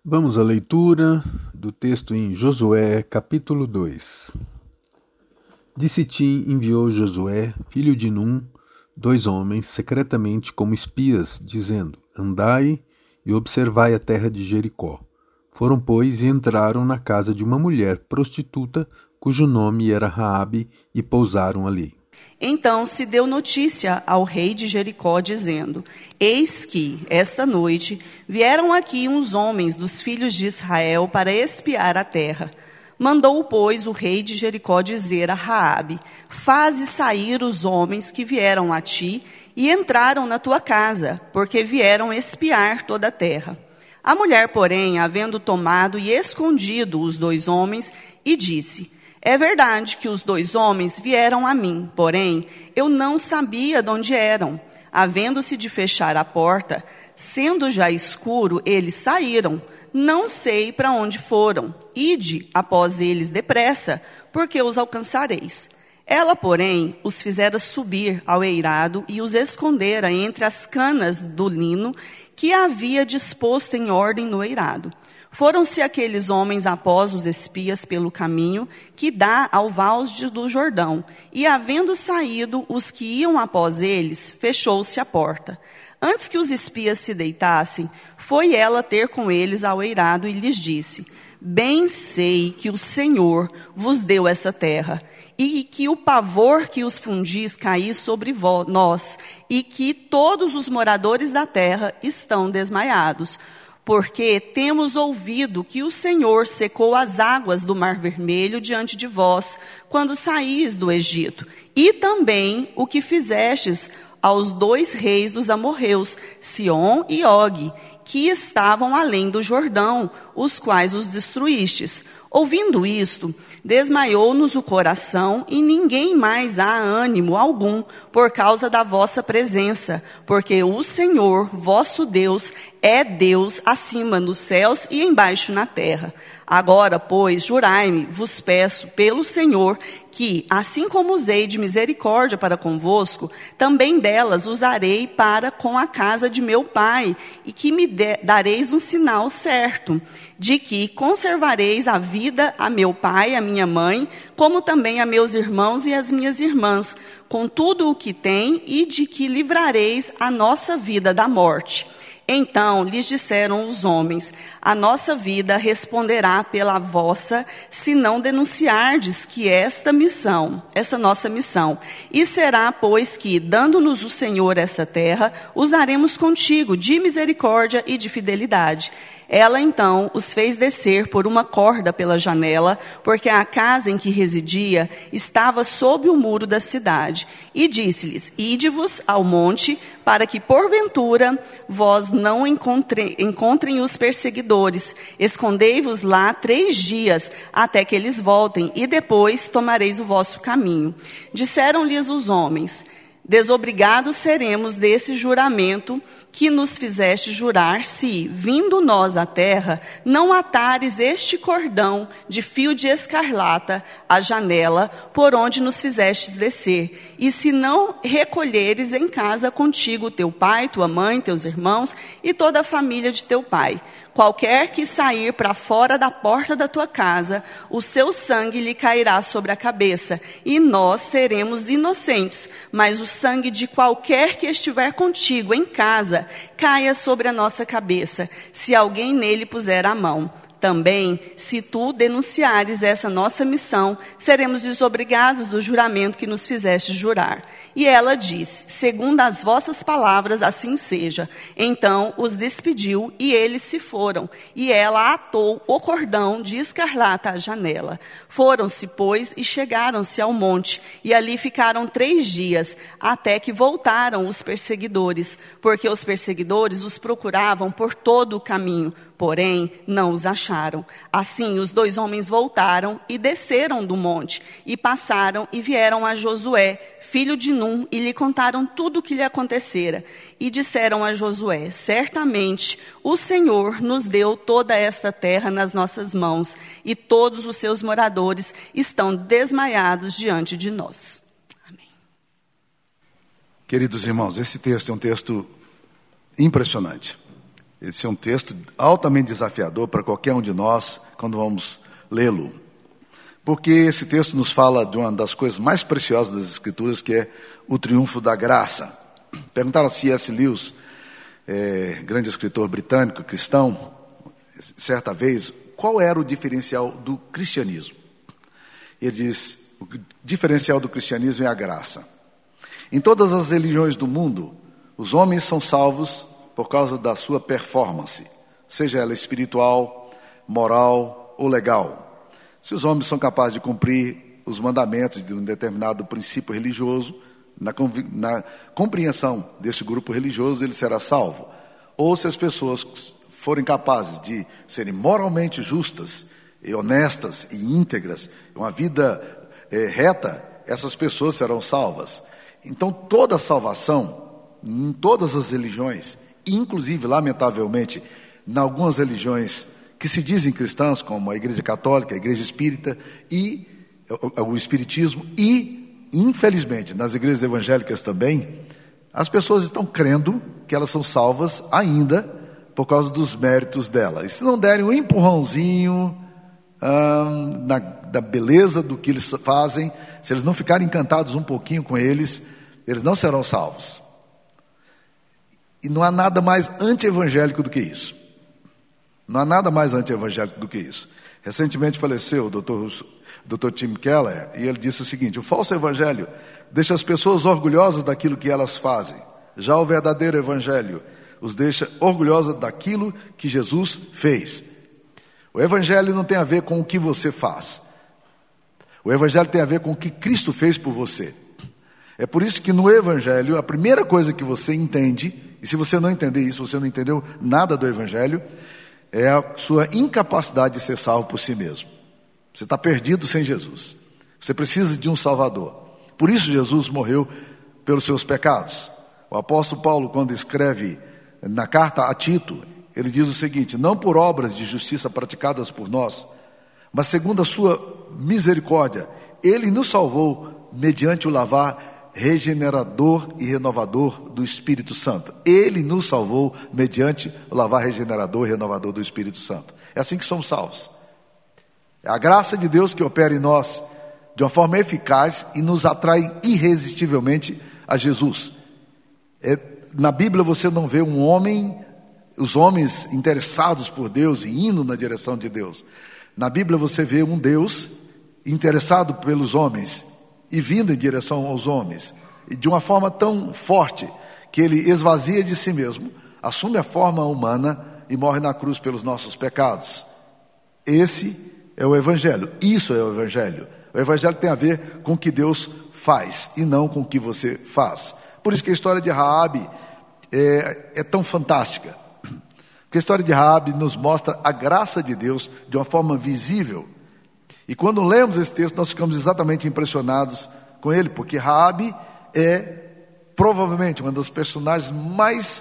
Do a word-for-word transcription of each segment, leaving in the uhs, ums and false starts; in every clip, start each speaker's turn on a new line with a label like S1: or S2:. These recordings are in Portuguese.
S1: Vamos à leitura do texto em Josué, capítulo dois. De Sitim enviou Josué, filho de Num, dois homens, secretamente como espias, dizendo: Andai e observai a terra de Jericó. Foram, pois, e entraram na casa de uma mulher prostituta, cujo nome era Raabe, e pousaram ali.
S2: Então se deu notícia ao rei de Jericó, dizendo: Eis que, esta noite, vieram aqui uns homens dos filhos de Israel para espiar a terra. Mandou, pois, o rei de Jericó dizer a Raabe: Faze sair os homens que vieram a ti e entraram na tua casa, porque vieram espiar toda a terra. A mulher, porém, havendo tomado e escondido os dois homens, e disse: É verdade que os dois homens vieram a mim, porém, eu não sabia de onde eram. Havendo-se de fechar a porta, sendo já escuro, eles saíram. Não sei para onde foram. Ide após eles depressa, porque os alcançareis. Ela, porém, os fizera subir ao eirado e os escondera entre as canas do lino que havia disposto em ordem no eirado. Foram-se aqueles homens após os espias pelo caminho que dá ao valde do Jordão, e havendo saído os que iam após eles, fechou-se a porta. Antes que os espias se deitassem, foi ela ter com eles ao eirado e lhes disse: Bem sei que o Senhor vos deu essa terra, e que o pavor que os fundis caí sobre vós, nós, e que todos os moradores da terra estão desmaiados. Porque temos ouvido que o Senhor secou as águas do Mar Vermelho diante de vós, quando saís do Egito, e também o que fizestes aos dois reis dos amorreus, Sion e Og, que estavam além do Jordão, os quais os destruístes. Ouvindo isto, desmaiou-nos o coração, e ninguém mais há ânimo algum por causa da vossa presença, porque o Senhor, vosso Deus, é Deus acima nos céus e embaixo na terra. Agora, pois, jurai-me, vos peço, pelo Senhor, que, assim como usei de misericórdia para convosco, também delas usarei para com a casa de meu pai, e que me de, dareis um sinal certo, de que conservareis a vida a meu pai, a minha mãe, como também a meus irmãos e as minhas irmãs, com tudo o que tem, e de que livrareis a nossa vida da morte. Então lhes disseram os homens: A nossa vida responderá pela vossa, se não denunciardes que esta missão, essa nossa missão. E será, pois, que, dando-nos o Senhor essa terra, usaremos contigo de misericórdia e de fidelidade. Ela então os fez descer por uma corda pela janela, porque a casa em que residia estava sob o muro da cidade. E disse-lhes: Ide-vos ao monte, para que porventura vós não encontre, encontrem os perseguidores. Escondei-vos lá três dias, até que eles voltem, e depois tomareis o vosso caminho. Disseram-lhes os homens: Desobrigados seremos desse juramento que nos fizeste jurar, se, vindo nós à terra, não atares este cordão de fio de escarlata à janela por onde nos fizestes descer, e se não recolheres em casa contigo teu pai, tua mãe, teus irmãos e toda a família de teu pai. Qualquer que sair para fora da porta da tua casa, o seu sangue lhe cairá sobre a cabeça, e nós seremos inocentes, mas o sangue de qualquer que estiver contigo em casa caia sobre a nossa cabeça, se alguém nele puser a mão. Também, se tu denunciares essa nossa missão, seremos desobrigados do juramento que nos fizeste jurar. E ela disse: Segundo as vossas palavras, assim seja. Então os despediu e eles se foram. E ela atou o cordão de escarlata à janela. Foram-se, pois, e chegaram-se ao monte. E ali ficaram três dias, até que voltaram os perseguidores. Porque os perseguidores os procuravam por todo o caminho, porém não os acharam. Assim os dois homens voltaram e desceram do monte, e passaram e vieram a Josué, filho de Num, e lhe contaram tudo o que lhe acontecera. E disseram a Josué: Certamente o Senhor nos deu toda esta terra nas nossas mãos, e todos os seus moradores estão desmaiados diante de nós. Amém.
S3: Queridos irmãos, esse texto é um texto impressionante. Esse é um texto altamente desafiador para qualquer um de nós quando vamos lê-lo. Porque esse texto nos fala de uma das coisas mais preciosas das Escrituras, que é o triunfo da graça. Perguntaram a C S Lewis, é, grande escritor britânico, cristão, certa vez, qual era o diferencial do cristianismo? Ele diz, o diferencial do cristianismo é a graça. Em todas as religiões do mundo, os homens são salvos por causa da sua performance, seja ela espiritual, moral ou legal. Se os homens são capazes de cumprir os mandamentos de um determinado princípio religioso, na, na compreensão desse grupo religioso, ele será salvo. Ou se as pessoas forem capazes de serem moralmente justas, e honestas e íntegras, uma vida é, reta, essas pessoas serão salvas. Então toda a salvação, em todas as religiões, inclusive, lamentavelmente, em algumas religiões que se dizem cristãs, como a Igreja Católica, a Igreja Espírita e o, o Espiritismo, e, infelizmente, nas igrejas evangélicas também, as pessoas estão crendo que elas são salvas ainda por causa dos méritos dela. E se não derem um empurrãozinho hum, na, da beleza do que eles fazem, se eles não ficarem encantados um pouquinho com eles, eles não serão salvos. E não há nada mais anti-evangélico do que isso. Não há nada mais anti-evangélico do que isso. Recentemente faleceu o doutor, doutor Tim Keller, e ele disse o seguinte: o falso evangelho deixa as pessoas orgulhosas daquilo que elas fazem. Já o verdadeiro evangelho os deixa orgulhosas daquilo que Jesus fez. O evangelho não tem a ver com o que você faz. O evangelho tem a ver com o que Cristo fez por você. É por isso que no evangelho, a primeira coisa que você entende, e se você não entender isso, você não entendeu nada do evangelho, é a sua incapacidade de ser salvo por si mesmo. Você está perdido sem Jesus. Você precisa de um Salvador. Por isso Jesus morreu pelos seus pecados. O apóstolo Paulo, quando escreve na carta a Tito, ele diz o seguinte: não por obras de justiça praticadas por nós, mas segundo a sua misericórdia, ele nos salvou mediante o lavar regenerador e renovador do Espírito Santo. Ele nos salvou mediante o lavar regenerador e renovador do Espírito Santo. É assim que somos salvos. É a graça de Deus que opera em nós de uma forma eficaz e nos atrai irresistivelmente a Jesus. É, na Bíblia você não vê um homem, os homens interessados por Deus e indo na direção de Deus. Na Bíblia você vê um Deus interessado pelos homens e vindo em direção aos homens, e de uma forma tão forte que ele esvazia de si mesmo, assume a forma humana e morre na cruz pelos nossos pecados. Esse é o Evangelho, isso é o Evangelho. O Evangelho tem a ver com o que Deus faz e não com o que você faz. Por isso que a história de Raabe é, é tão fantástica, porque a história de Raabe nos mostra a graça de Deus de uma forma visível. E quando lemos esse texto, nós ficamos exatamente impressionados com ele, porque Raabe é provavelmente uma das personagens mais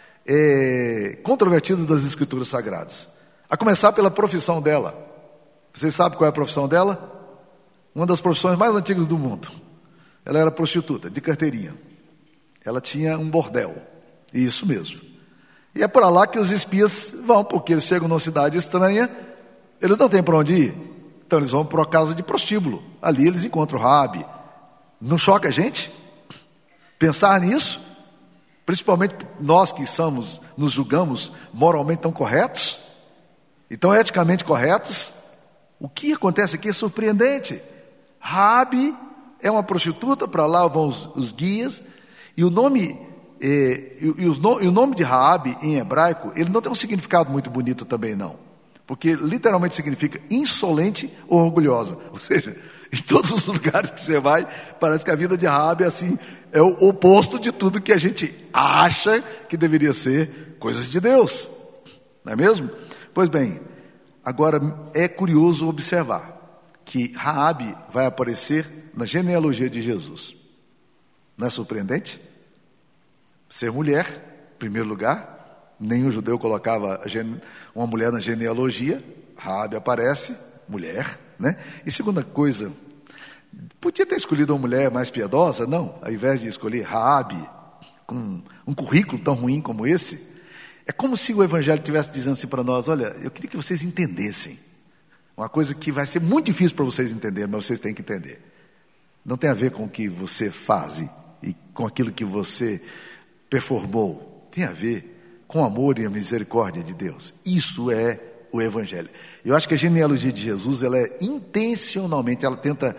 S3: é, controvertidas das Escrituras Sagradas. A começar pela profissão dela. Vocês sabem qual é a profissão dela? Uma das profissões mais antigas do mundo. Ela era prostituta, de carteirinha. Ela tinha um bordel. Isso mesmo. E é para lá que os espias vão, porque eles chegam numa cidade estranha, eles não têm para onde ir. Então eles vão para uma casa de prostíbulo. Ali eles encontram Raabe. Não choca a gente pensar nisso? Principalmente nós que somos, nos julgamos moralmente tão corretos e tão eticamente corretos. O que acontece aqui é surpreendente. Raabe é uma prostituta, para lá vão os, os guias, e o nome eh, e, e, os no, e o nome de Raabe em hebraico, ele não tem um significado muito bonito também não. Porque literalmente significa insolente ou orgulhosa. Ou seja, em todos os lugares que você vai, parece que a vida de Raabe é assim, é o oposto de tudo que a gente acha que deveria ser coisas de Deus. Não é mesmo? Pois bem, agora é curioso observar que Raabe vai aparecer na genealogia de Jesus. Não é surpreendente? Ser mulher, em primeiro lugar. Nenhum judeu colocava uma mulher na genealogia. Raabe aparece, mulher, né? E segunda coisa, podia ter escolhido uma mulher mais piedosa? Não, ao invés de escolher Raabe, com um currículo tão ruim como esse, É como se o Evangelho estivesse dizendo assim para nós: olha, eu queria que vocês entendessem uma coisa que vai ser muito difícil para vocês entenderem, mas vocês têm que entender. Não tem a ver com o que você faz e com aquilo que você performou. Tem a ver com o amor e a misericórdia de Deus. Isso é o Evangelho. Eu acho que a genealogia de Jesus, ela é intencionalmente, ela tenta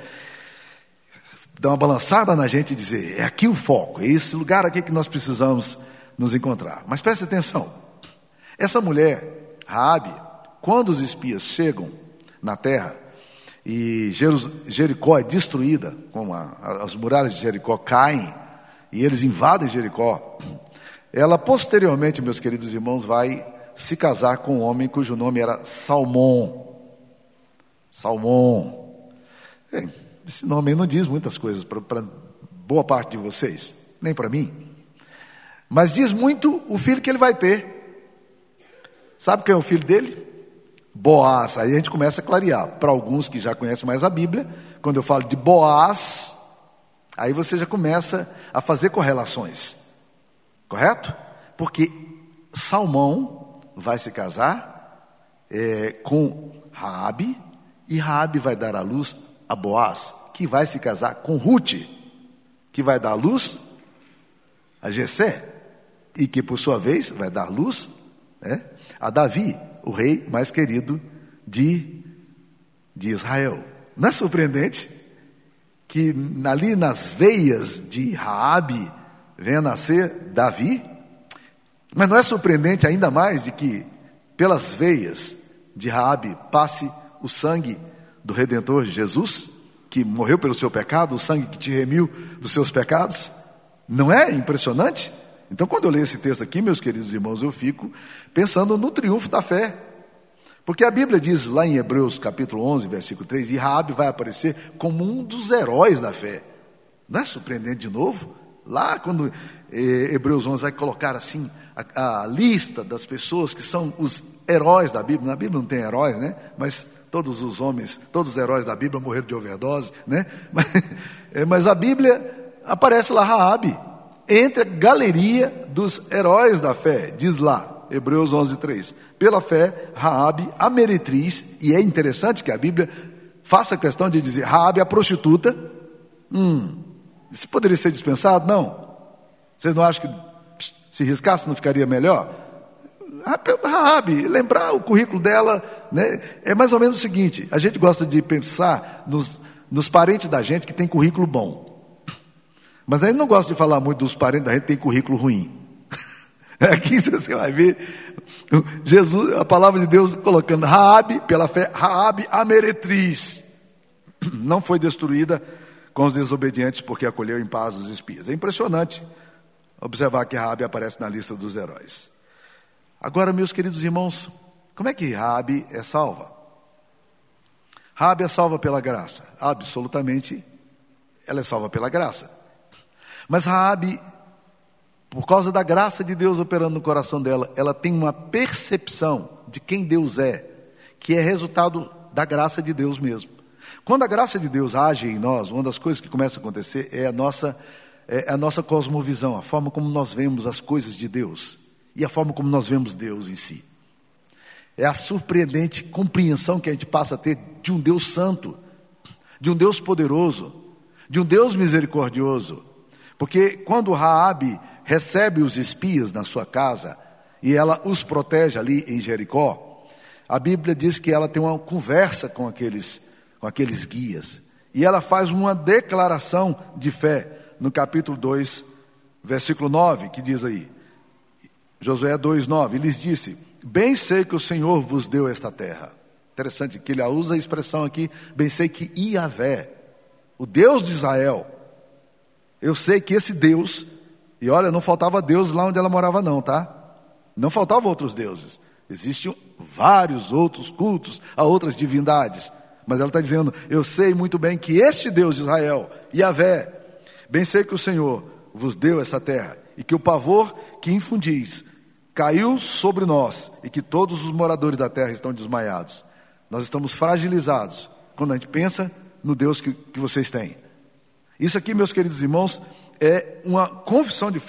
S3: dar uma balançada na gente e dizer: é aqui o foco, é esse lugar aqui que nós precisamos nos encontrar. Mas preste atenção, essa mulher, Raabe, quando os espias chegam na terra e Jericó é destruída, como a, as muralhas de Jericó caem e eles invadem Jericó, ela posteriormente, meus queridos irmãos, vai se casar com um homem cujo nome era Salmão. Salmão. Esse nome aí não diz muitas coisas para boa parte de vocês, nem para mim, mas diz muito o filho que ele vai ter. Sabe quem é o filho dele? Boaz. Aí a gente começa a clarear. Para alguns que já conhecem mais a Bíblia, quando eu falo de Boaz, aí você já começa a fazer correlações, correto? Porque Salmão vai se casar é, com Raabe, e Raabe vai dar à luz a Boaz, que vai se casar com Ruth, que vai dar à luz a Jessé, e que por sua vez vai dar luz, né, a Davi, o rei mais querido de, de Israel. Não é surpreendente que ali nas veias de Raabe venha nascer Davi? Mas não é surpreendente ainda mais de que pelas veias de Raabe passe o sangue do Redentor Jesus, que morreu pelo seu pecado, o sangue que te remiu dos seus pecados? Não é impressionante? Então, quando eu leio esse texto aqui, meus queridos irmãos, eu fico pensando no triunfo da fé. Porque a Bíblia diz lá em Hebreus capítulo onze, versículo três, e Raabe vai aparecer como um dos heróis da fé. Não é surpreendente de novo? Lá quando eh, Hebreus onze vai colocar assim a, a lista das pessoas que são os heróis da Bíblia. Na Bíblia não tem heróis, né? Mas todos os homens, todos os heróis da Bíblia morreram de overdose, né? Mas, é, mas a Bíblia aparece lá Raabe, entre a galeria dos heróis da fé, diz lá, Hebreus onze, três. Pela fé, Raabe, a meretriz, e é interessante que a Bíblia faça questão de dizer Raabe, a prostituta. Hum, isso poderia ser dispensado? Não. Vocês não acham que pss, se riscasse não ficaria melhor? Raabe, lembrar o currículo dela, né? É mais ou menos o seguinte: a gente gosta de pensar nos, nos parentes da gente que tem currículo bom. Mas a gente não gosta de falar muito dos parentes da gente que tem currículo ruim. Aqui você vai ver Jesus, a palavra de Deus colocando Raabe, pela fé, Raabe, a meretriz, não foi destruída com os desobedientes, porque acolheu em paz os espias. É impressionante observar que Raabe aparece na lista dos heróis. Agora, meus queridos irmãos, como é que Raabe é salva? Raabe é salva pela graça. Absolutamente, ela é salva pela graça. Mas Raabe, por causa da graça de Deus operando no coração dela, ela tem uma percepção de quem Deus é, que é resultado da graça de Deus mesmo. Quando a graça de Deus age em nós, uma das coisas que começa a acontecer é a nossa, é a nossa cosmovisão, a forma como nós vemos as coisas de Deus e a forma como nós vemos Deus em si. É a surpreendente compreensão que a gente passa a ter de um Deus santo, de um Deus poderoso, de um Deus misericordioso. Porque quando Raabe recebe os espias na sua casa e ela os protege ali em Jericó, a Bíblia diz que ela tem uma conversa com aqueles, com aqueles guias. E ela faz uma declaração de fé no capítulo dois, versículo nove, que diz aí, Josué dois, nove, lhes disse: bem sei que o Senhor vos deu esta terra. Interessante que ele usa a expressão aqui, bem sei que Iavé, o Deus de Israel, eu sei que esse Deus, e olha, não faltava Deus lá onde ela morava não, tá? Não faltavam outros deuses. Existiam vários outros cultos a outras divindades. Mas ela está dizendo, eu sei muito bem que este Deus de Israel, Iavé, bem sei que o Senhor vos deu essa terra, e que o pavor que infundis caiu sobre nós, e que todos os moradores da terra estão desmaiados. Nós estamos fragilizados quando a gente pensa no Deus que, que vocês têm. Isso aqui, meus queridos irmãos, é uma confissão de fé,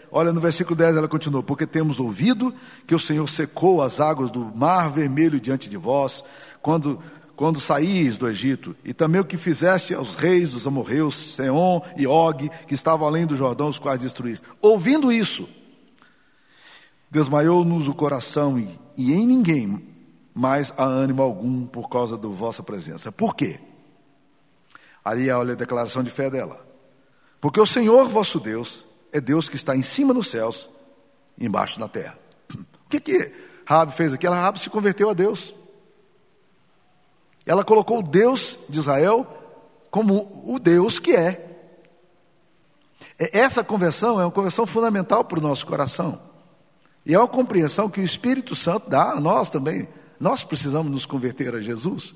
S3: Olha, no versículo dez ela continua: porque temos ouvido que o Senhor secou as águas do mar vermelho diante de vós, quando, quando saíes do Egito, e também o que fizeste aos reis dos amorreus, Seom e Og, que estavam além do Jordão, os quais destruíste. Ouvindo isso, desmaiou-nos o coração, e, e em ninguém mais há ânimo algum por causa da vossa presença. Por quê? Ali olha a declaração de fé dela. Porque o Senhor vosso Deus é Deus que está em cima nos céus e embaixo na terra. O que que Raabe fez aqui? Ela Raabe se converteu a Deus. Ela colocou o Deus de Israel como o Deus que é. Essa conversão é uma conversão fundamental para o nosso coração. E é uma compreensão que o Espírito Santo dá a nós também. Nós precisamos nos converter a Jesus.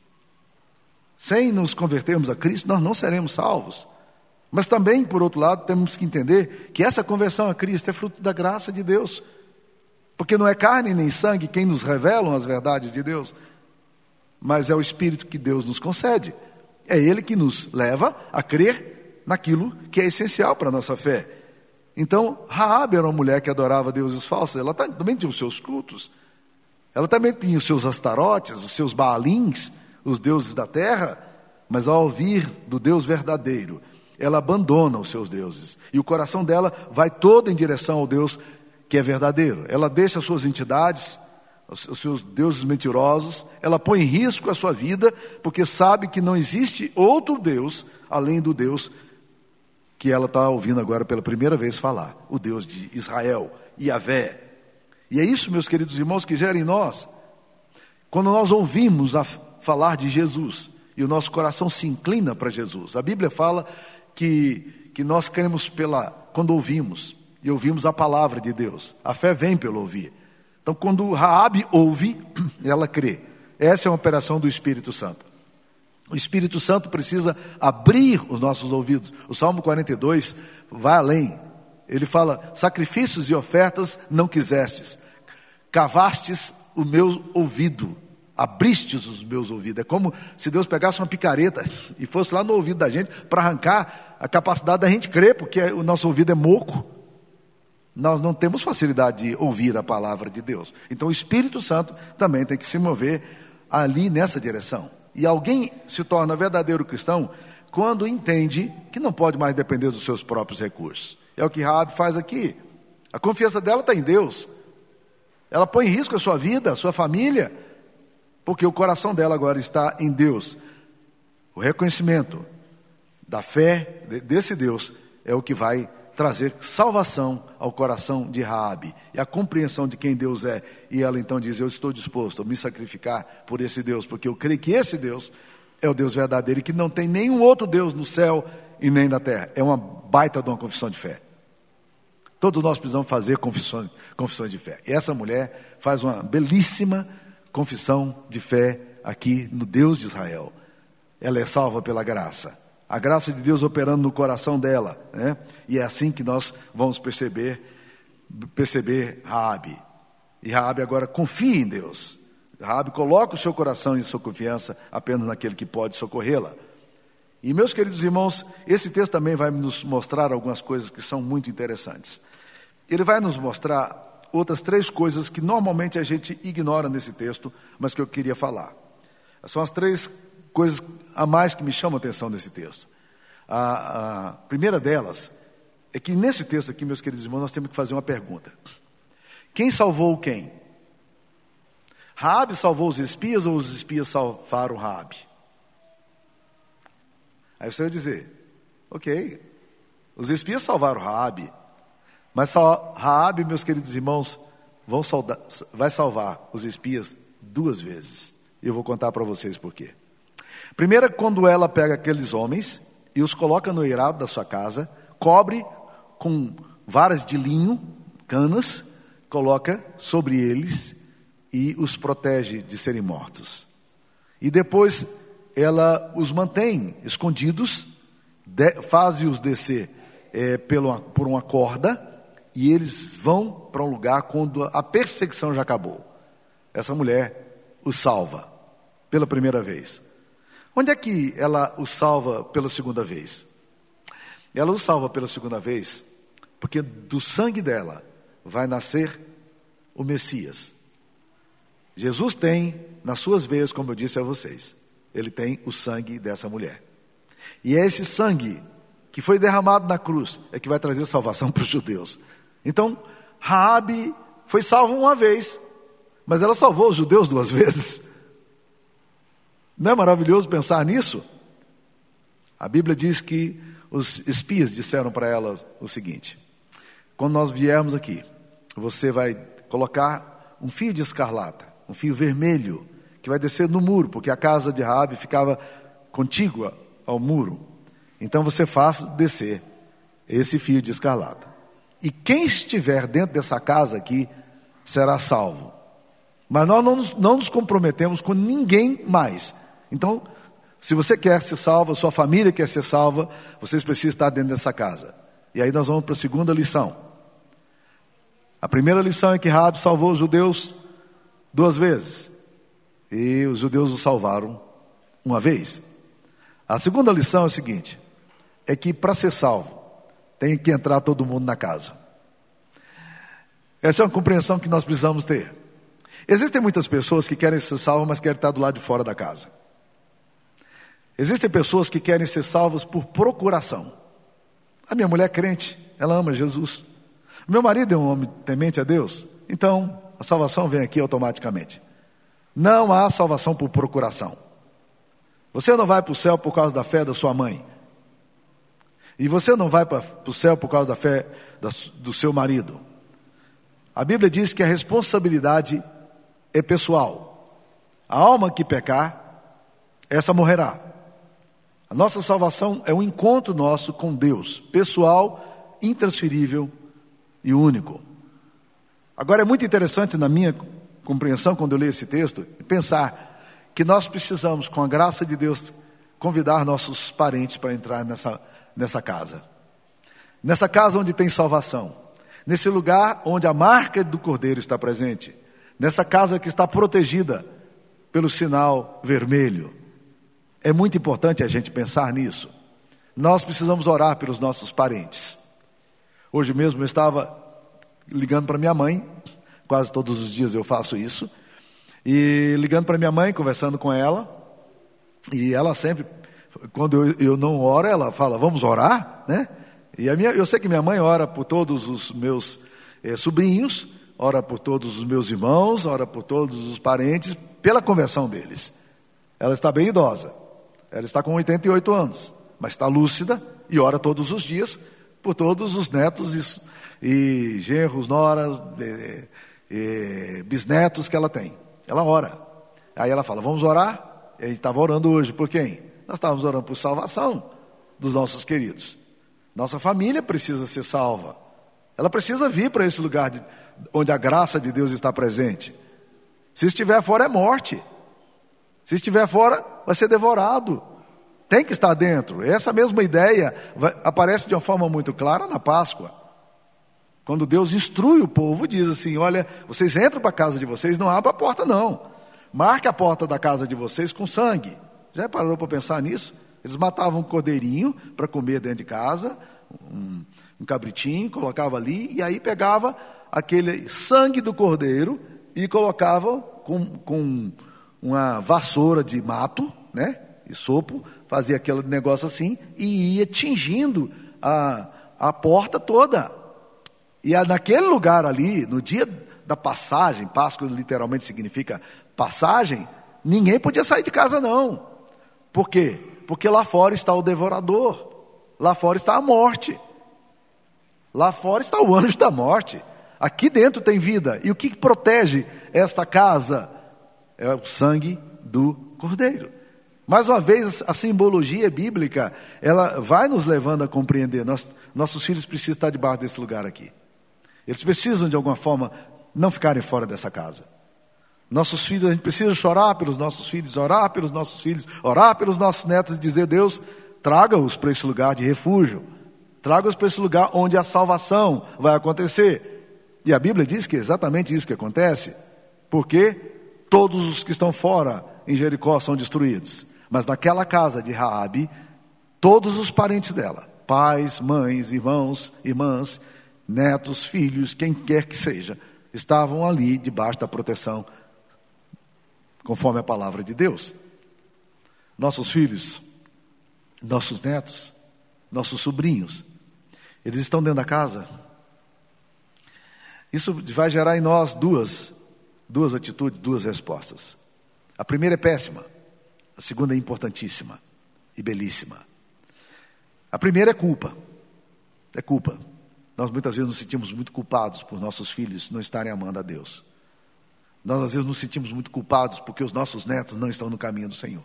S3: Sem nos convertermos a Cristo, nós não seremos salvos. Mas também, por outro lado, temos que entender que essa conversão a Cristo é fruto da graça de Deus. Porque não é carne nem sangue quem nos revelam as verdades de Deus, mas é o Espírito que Deus nos concede. É Ele que nos leva a crer naquilo que é essencial para a nossa fé. Então, Raabe era uma mulher que adorava deuses falsos. Ela também tinha os seus cultos. Ela também tinha os seus astarotes, os seus baalins, os deuses da terra. Mas ao ouvir do Deus verdadeiro, ela abandona os seus deuses. E o coração dela vai todo em direção ao Deus que é verdadeiro. Ela deixa as suas entidades, os seus deuses mentirosos. Ela põe em risco a sua vida, porque sabe que não existe outro Deus além do Deus que ela está ouvindo agora pela primeira vez falar. O Deus de Israel, Yahvé. E é isso, meus queridos irmãos, que gera em nós. Quando nós ouvimos a falar de Jesus e o nosso coração se inclina para Jesus. A Bíblia fala que, que nós cremos pela, quando ouvimos, e ouvimos a palavra de Deus. A fé vem pelo ouvir. Então, quando Raabe ouve, ela crê. Essa é uma operação do Espírito Santo. O Espírito Santo precisa abrir os nossos ouvidos. O Salmo quarenta e dois vai além. Ele fala: sacrifícios e ofertas não quisestes, cavastes o meu ouvido, abristes os meus ouvidos. É como se Deus pegasse uma picareta e fosse lá no ouvido da gente para arrancar a capacidade da gente crer, porque o nosso ouvido é moco. Nós não temos facilidade de ouvir a palavra de Deus. Então o Espírito Santo também tem que se mover ali nessa direção. E alguém se torna verdadeiro cristão quando entende que não pode mais depender dos seus próprios recursos. É o que Raabe faz aqui. A confiança dela está em Deus. Ela põe em risco a sua vida, a sua família, porque o coração dela agora está em Deus. O reconhecimento da fé desse Deus é o que vai trazer salvação ao coração de Raabe, e a compreensão de quem Deus é. E ela então diz: eu estou disposto a me sacrificar por esse Deus, porque eu creio que esse Deus é o Deus verdadeiro e que não tem nenhum outro Deus no céu e nem na terra. É uma baita de uma confissão de fé. Todos nós precisamos fazer confissões, confissões de fé. E essa mulher faz uma belíssima confissão de fé aqui no Deus de Israel. Ela é salva pela graça. A graça de Deus operando no coração dela, né? E é assim que nós vamos perceber, perceber Raabe. E Raabe agora confia em Deus. Raabe coloca o seu coração e sua confiança apenas naquele que pode socorrê-la. E, meus queridos irmãos, esse texto também vai nos mostrar algumas coisas que são muito interessantes. Ele vai nos mostrar outras três coisas que normalmente a gente ignora nesse texto, mas que eu queria falar. São as três coisas a mais que me chamam a atenção nesse texto. A, a primeira delas é que nesse texto aqui, meus queridos irmãos, nós temos que fazer uma pergunta. Quem salvou quem? Raabe salvou os espias ou os espias salvaram Raabe? Aí você vai dizer: ok, os espias salvaram Raabe, mas Raabe, meus queridos irmãos, vão saudar, vai salvar os espias duas vezes. E eu vou contar para vocês por quê. Primeiro, quando ela pega aqueles homens e os coloca no eirado da sua casa, cobre com varas de linho, canas, coloca sobre eles e os protege de serem mortos. E depois ela os mantém escondidos, de, faz-os descer é, pela, por uma corda, e eles vão para um lugar quando a perseguição já acabou. Essa mulher os salva pela primeira vez. Onde é que ela os salva pela segunda vez? Ela os salva pela segunda vez Porque do sangue dela vai nascer o Messias. Jesus tem, nas suas veias, como eu disse a vocês, ele tem o sangue dessa mulher. E é esse sangue que foi derramado na cruz, é que vai trazer salvação para os judeus. Então, Raabe foi salva uma vez, mas ela salvou os judeus duas vezes. Não é maravilhoso pensar nisso? A Bíblia diz que os espias disseram para ela o seguinte: quando nós viermos aqui, você vai colocar um fio de escarlata, um fio vermelho, que vai descer no muro, porque a casa de Raabe ficava contígua ao muro. Então você faz descer esse fio de escarlata. E quem estiver dentro dessa casa aqui será salvo. Mas nós não nos, não nos comprometemos com ninguém mais. Então, se você quer ser salvo, sua família quer ser salva, vocês precisam estar dentro dessa casa. E aí nós vamos para a segunda lição. A primeira lição é que Raabe salvou os judeus duas vezes. E os judeus o salvaram uma vez. A segunda lição é o seguinte: é que para ser salvo, tem que entrar todo mundo na casa. Essa é uma compreensão que nós precisamos ter. Existem muitas pessoas que querem ser salvas, mas querem estar do lado de fora da casa. Existem pessoas que querem ser salvas por procuração. A minha mulher é crente, ela ama Jesus. O meu marido é um homem temente a Deus, então a salvação vem aqui automaticamente. Não há salvação por procuração. Você não vai para o céu por causa da fé da sua mãe. E você não vai para o céu por causa da fé da, do seu marido. A Bíblia diz que a responsabilidade é pessoal. A alma que pecar, essa morrerá. A nossa salvação é um encontro nosso com Deus, pessoal, intransferível e único. Agora é muito interessante na minha compreensão, quando eu leio esse texto, pensar que nós precisamos, com a graça de Deus, convidar nossos parentes para entrar nessa, nessa casa. Nessa casa onde tem salvação. Nesse lugar onde a marca do Cordeiro está presente. Nessa casa que está protegida pelo sinal vermelho. É muito importante a gente pensar nisso. Nós precisamos orar pelos nossos parentes. Hoje mesmo eu estava ligando para minha mãe, quase todos os dias eu faço isso, e ligando para minha mãe, conversando com ela, e ela sempre, quando eu, eu não oro, ela fala, vamos orar, né? E a minha, eu sei que minha mãe ora por todos os meus eh, sobrinhos, ora por todos os meus irmãos, ora por todos os parentes, pela conversão deles. Ela está bem idosa, ela está com oitenta e oito anos, mas está lúcida e ora todos os dias por todos os netos e, e genros, noras, e, e, bisnetos que ela tem. Ela ora. Aí ela fala, vamos orar? E a gente estava orando hoje por quem? Nós estávamos orando por salvação dos nossos queridos. Nossa família precisa ser salva. Ela precisa vir para esse lugar de, onde a graça de Deus está presente. Se estiver fora é morte. Se estiver fora vai ser devorado. Tem que estar dentro. Essa mesma ideia vai, aparece de uma forma muito clara na Páscoa. Quando Deus instrui o povo, diz assim, olha, vocês entram para a casa de vocês, não abram a porta não. Marque a porta da casa de vocês com sangue. Já parou para pensar nisso? Eles matavam um cordeirinho para comer dentro de casa, um, um cabritinho, colocava ali, e aí pegava aquele sangue do cordeiro e colocava com, com uma vassoura de mato, né, e sopo, fazia aquele negócio assim, e ia tingindo a, a porta toda. E naquele lugar ali, no dia da passagem, Páscoa literalmente significa passagem, ninguém podia sair de casa não. Por quê? Porque lá fora está o devorador, lá fora está a morte, lá fora está o anjo da morte, aqui dentro tem vida, e o que protege esta casa? É o sangue do Cordeiro. Mais uma vez, a simbologia bíblica, ela vai nos levando a compreender, nós, nossos filhos precisam estar debaixo desse lugar aqui, eles precisam de alguma forma não ficarem fora dessa casa. Nossos filhos, a gente precisa chorar pelos nossos filhos, orar pelos nossos filhos, orar pelos nossos netos e dizer, Deus, traga-os para esse lugar de refúgio, traga-os para esse lugar onde a salvação vai acontecer. E a Bíblia diz que é exatamente isso que acontece, porque todos os que estão fora em Jericó são destruídos. Mas naquela casa de Raabe, todos os parentes dela, pais, mães, irmãos, irmãs, netos, filhos, quem quer que seja, estavam ali debaixo da proteção, conforme a palavra de Deus. Nossos filhos, nossos netos, nossos sobrinhos, eles estão dentro da casa. Isso vai gerar em nós duas, duas atitudes, duas respostas. A primeira é péssima, a segunda é importantíssima e belíssima. A primeira é culpa, é culpa. Nós muitas vezes nos sentimos muito culpados por nossos filhos não estarem amando a Deus. Nós às vezes nos sentimos muito culpados porque os nossos netos não estão no caminho do Senhor.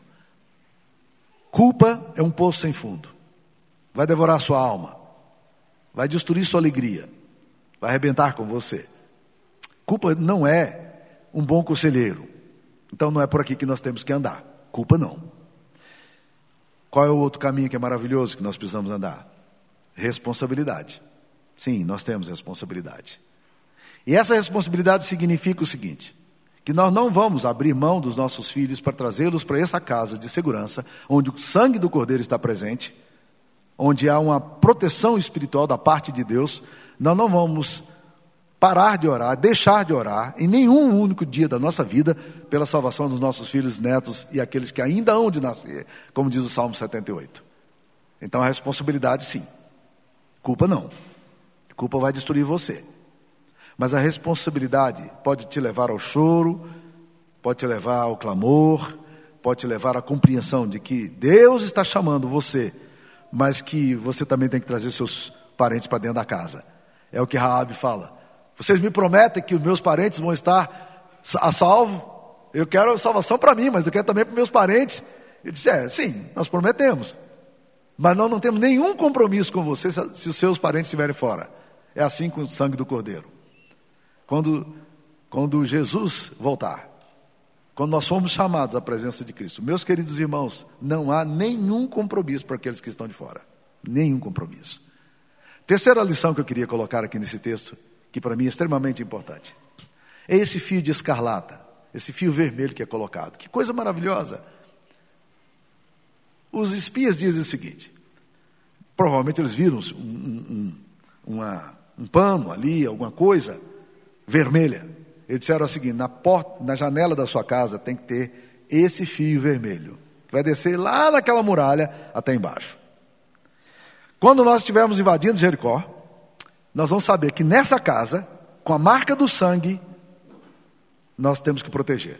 S3: Culpa é um poço sem fundo. Vai devorar sua alma. Vai destruir sua alegria. Vai arrebentar com você. Culpa não é um bom conselheiro. Então não é por aqui que nós temos que andar. Culpa não. Qual é o outro caminho que é maravilhoso que nós precisamos andar? Responsabilidade. Sim, nós temos responsabilidade. E essa responsabilidade significa o seguinte: que nós não vamos abrir mão dos nossos filhos para trazê-los para essa casa de segurança, onde o sangue do Cordeiro está presente, onde há uma proteção espiritual da parte de Deus. Nós não vamos parar de orar, deixar de orar, em nenhum único dia da nossa vida, pela salvação dos nossos filhos, netos e aqueles que ainda hão de nascer, como diz o Salmo setenta e oito. Então a responsabilidade sim, culpa não. Culpa vai destruir você. Mas a responsabilidade pode te levar ao choro, pode te levar ao clamor, pode te levar à compreensão de que Deus está chamando você, mas que você também tem que trazer seus parentes para dentro da casa. É o que Raabe fala. Vocês me prometem que os meus parentes vão estar a salvo? Eu quero salvação para mim, mas eu quero também para meus parentes. Ele disse, é, sim, nós prometemos. Mas nós não temos nenhum compromisso com você se os seus parentes estiverem fora. É assim com o sangue do Cordeiro. Quando, quando Jesus voltar, quando nós formos chamados à presença de Cristo, meus queridos irmãos, não há nenhum compromisso para aqueles que estão de fora. Nenhum compromisso. Terceira lição que eu queria colocar aqui nesse texto, que para mim é extremamente importante, é esse fio de escarlata, esse fio vermelho que é colocado. Que coisa maravilhosa. Os espias dizem o seguinte, provavelmente eles viram um, um, uma, um pano ali, alguma coisa vermelha. Eles disseram o seguinte, na, porta, na janela da sua casa tem que ter esse fio vermelho, que vai descer lá naquela muralha até embaixo. Quando nós estivermos invadindo Jericó, nós vamos saber que nessa casa, com a marca do sangue, nós temos que proteger.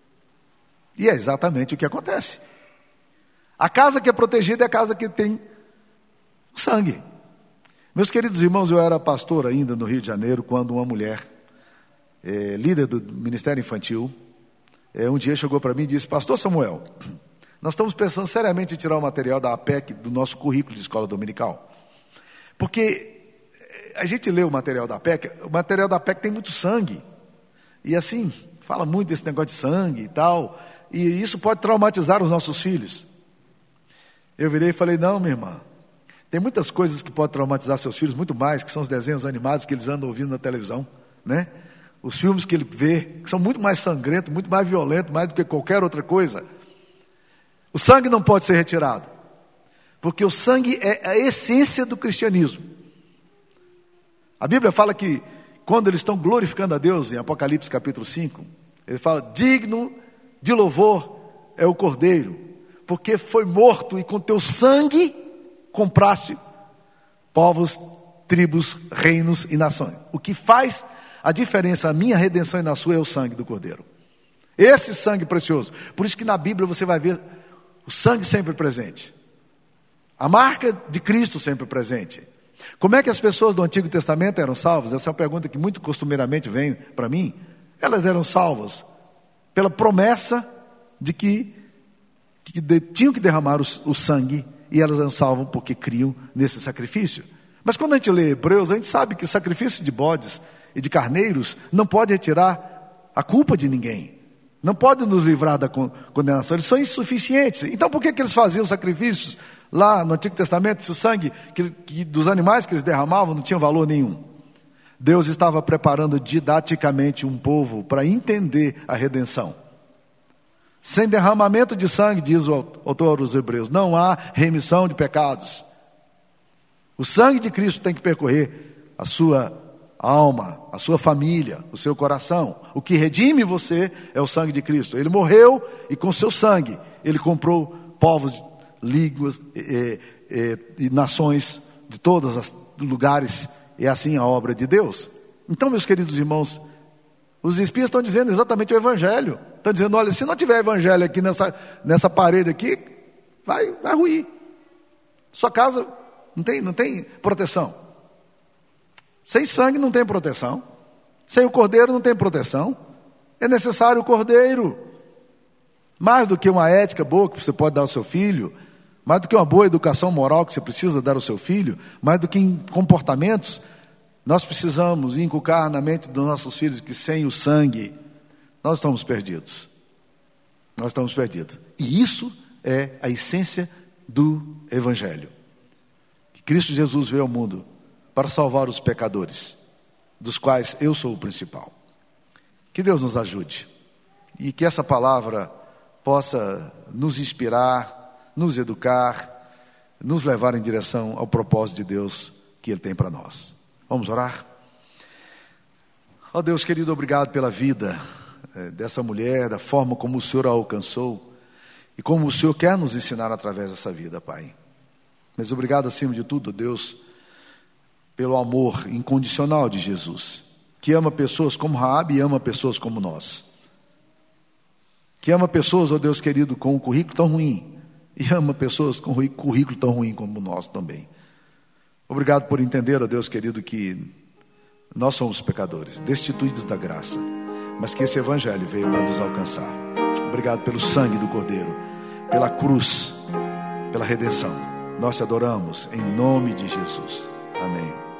S3: E é exatamente o que acontece. A casa que é protegida é a casa que tem sangue. Meus queridos irmãos, eu era pastor ainda no Rio de Janeiro, quando uma mulher, é, líder do Ministério Infantil, é, um dia chegou para mim e disse, pastor Samuel, nós estamos pensando seriamente em tirar o material da A P E C do nosso currículo de escola dominical. Porque a gente lê o material da A P E C, o material da A P E C tem muito sangue. E assim, fala muito desse negócio de sangue e tal, e isso pode traumatizar os nossos filhos. Eu virei e falei, não, minha irmã, tem muitas coisas que podem traumatizar seus filhos, muito mais, que são os desenhos animados que eles andam ouvindo na televisão, né? Os filmes que ele vê, que são muito mais sangrentos, muito mais violentos, mais do que qualquer outra coisa. O sangue não pode ser retirado, porque o sangue é a essência do cristianismo. A Bíblia fala que, quando eles estão glorificando a Deus, em Apocalipse capítulo cinco, ele fala, digno de louvor é o Cordeiro, porque foi morto e com teu sangue compraste povos, tribos, reinos e nações. O que faz a diferença, a minha redenção e na sua, é o sangue do Cordeiro. Esse sangue precioso. Por isso que na Bíblia você vai ver o sangue sempre presente. A marca de Cristo sempre presente. Como é que as pessoas do Antigo Testamento eram salvas? Essa é uma pergunta que muito costumeiramente vem para mim. Elas eram salvas pela promessa de que, que de, tinham que derramar o, o sangue, e elas eram salvas porque criam nesse sacrifício. Mas quando a gente lê Hebreus, a gente sabe que sacrifício de bodes e de carneiros não pode retirar a culpa de ninguém. Não pode nos livrar da condenação, eles são insuficientes. Então por que, que eles faziam sacrifícios lá no Antigo Testamento, se o sangue que, que, dos animais que eles derramavam não tinha valor nenhum? Deus estava preparando didaticamente um povo para entender a redenção. Sem derramamento de sangue, diz o autor dos Hebreus, não há remissão de pecados. O sangue de Cristo tem que percorrer a sua alma, a sua família, o seu coração. O que redime você é o sangue de Cristo. Ele morreu e com seu sangue ele comprou povos, línguas e, e, e nações de todos os lugares. É assim a obra de Deus. Então, meus queridos irmãos, os espias estão dizendo exatamente o evangelho. Estão dizendo, olha, se não tiver evangelho aqui nessa, nessa parede aqui, vai, vai ruir. Sua casa não tem, não tem proteção. Sem sangue não tem proteção. Sem o cordeiro não tem proteção. É necessário o cordeiro. Mais do que uma ética boa que você pode dar ao seu filho, mais do que uma boa educação moral que você precisa dar ao seu filho, mais do que em comportamentos, nós precisamos inculcar na mente dos nossos filhos que sem o sangue nós estamos perdidos. Nós estamos perdidos. E isso é a essência do evangelho. Que Cristo Jesus veio ao mundo para salvar os pecadores, dos quais eu sou o principal. Que Deus nos ajude e que essa palavra possa nos inspirar, nos educar, nos levar em direção ao propósito de Deus que Ele tem para nós. Vamos orar? Ó oh Deus querido, obrigado pela vida eh, dessa mulher, da forma como o Senhor a alcançou e como o Senhor quer nos ensinar através dessa vida, Pai. Mas obrigado acima de tudo, Deus, pelo amor incondicional de Jesus, que ama pessoas como Raabe e ama pessoas como nós. Que ama pessoas, ó Deus querido, com um currículo tão ruim, e ama pessoas com um currículo tão ruim como o nosso também. Obrigado por entender, ó Deus querido, que nós somos pecadores, destituídos da graça, mas que esse evangelho veio para nos alcançar. Obrigado pelo sangue do Cordeiro, pela cruz, pela redenção. Nós te adoramos em nome de Jesus. Amém.